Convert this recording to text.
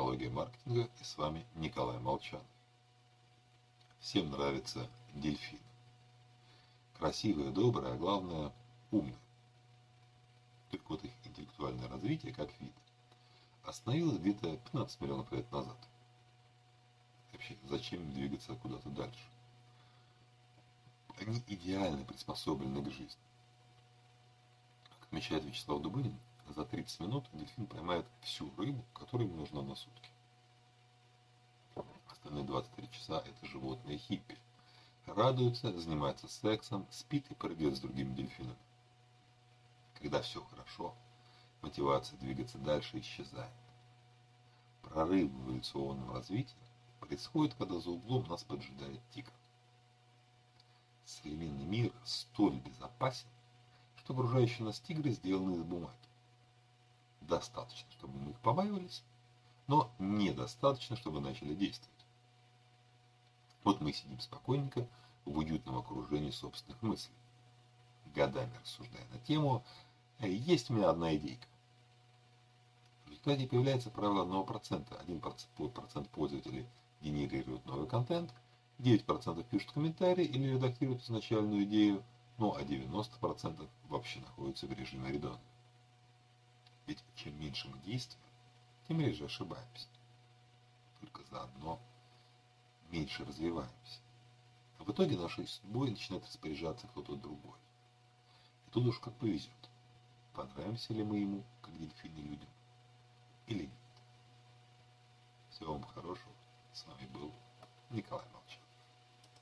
Психология маркетинга, и с вами Николай Молчанов. Всем нравятся дельфины. Красивые, добрые, а главное умные. Только вот их интеллектуальное развитие, как вид, остановилось где-то 15 миллионов лет назад. Вообще, зачем им двигаться куда-то дальше? Они идеально приспособлены к жизни. Как отмечает Вячеслав Дубынин, за 30 минут дельфин поймает всю рыбу, которая ему нужна на сутки. Остальные 23 часа это животные хиппи. Радуется, занимается сексом, спит и прыгает с другими дельфинами. Когда все хорошо, мотивация двигаться дальше исчезает. Прорыв в эволюционном развитии происходит, когда за углом нас поджидает тигр. Современный мир столь безопасен, что окружающие нас тигры сделаны из бумаги. Достаточно, чтобы мы их побаивались, но недостаточно, чтобы начали действовать. Вот мы сидим спокойненько в уютном окружении собственных мыслей, годами рассуждая на тему «Есть у меня одна идейка». В результате появляется правило 1%. 1% пользователей генерирует новый контент, 9% пишут комментарии или редактируют изначальную идею, ну а 90% вообще находятся в режиме редона. Ведь чем меньше мы действуем, тем реже ошибаемся. Только заодно меньше развиваемся. А в итоге нашей судьбой начинает распоряжаться кто-то другой. И тут уж как повезет. Понравимся ли мы ему, как дельфины, людям, или нет. Всего вам хорошего. С вами был Николай Молчанов.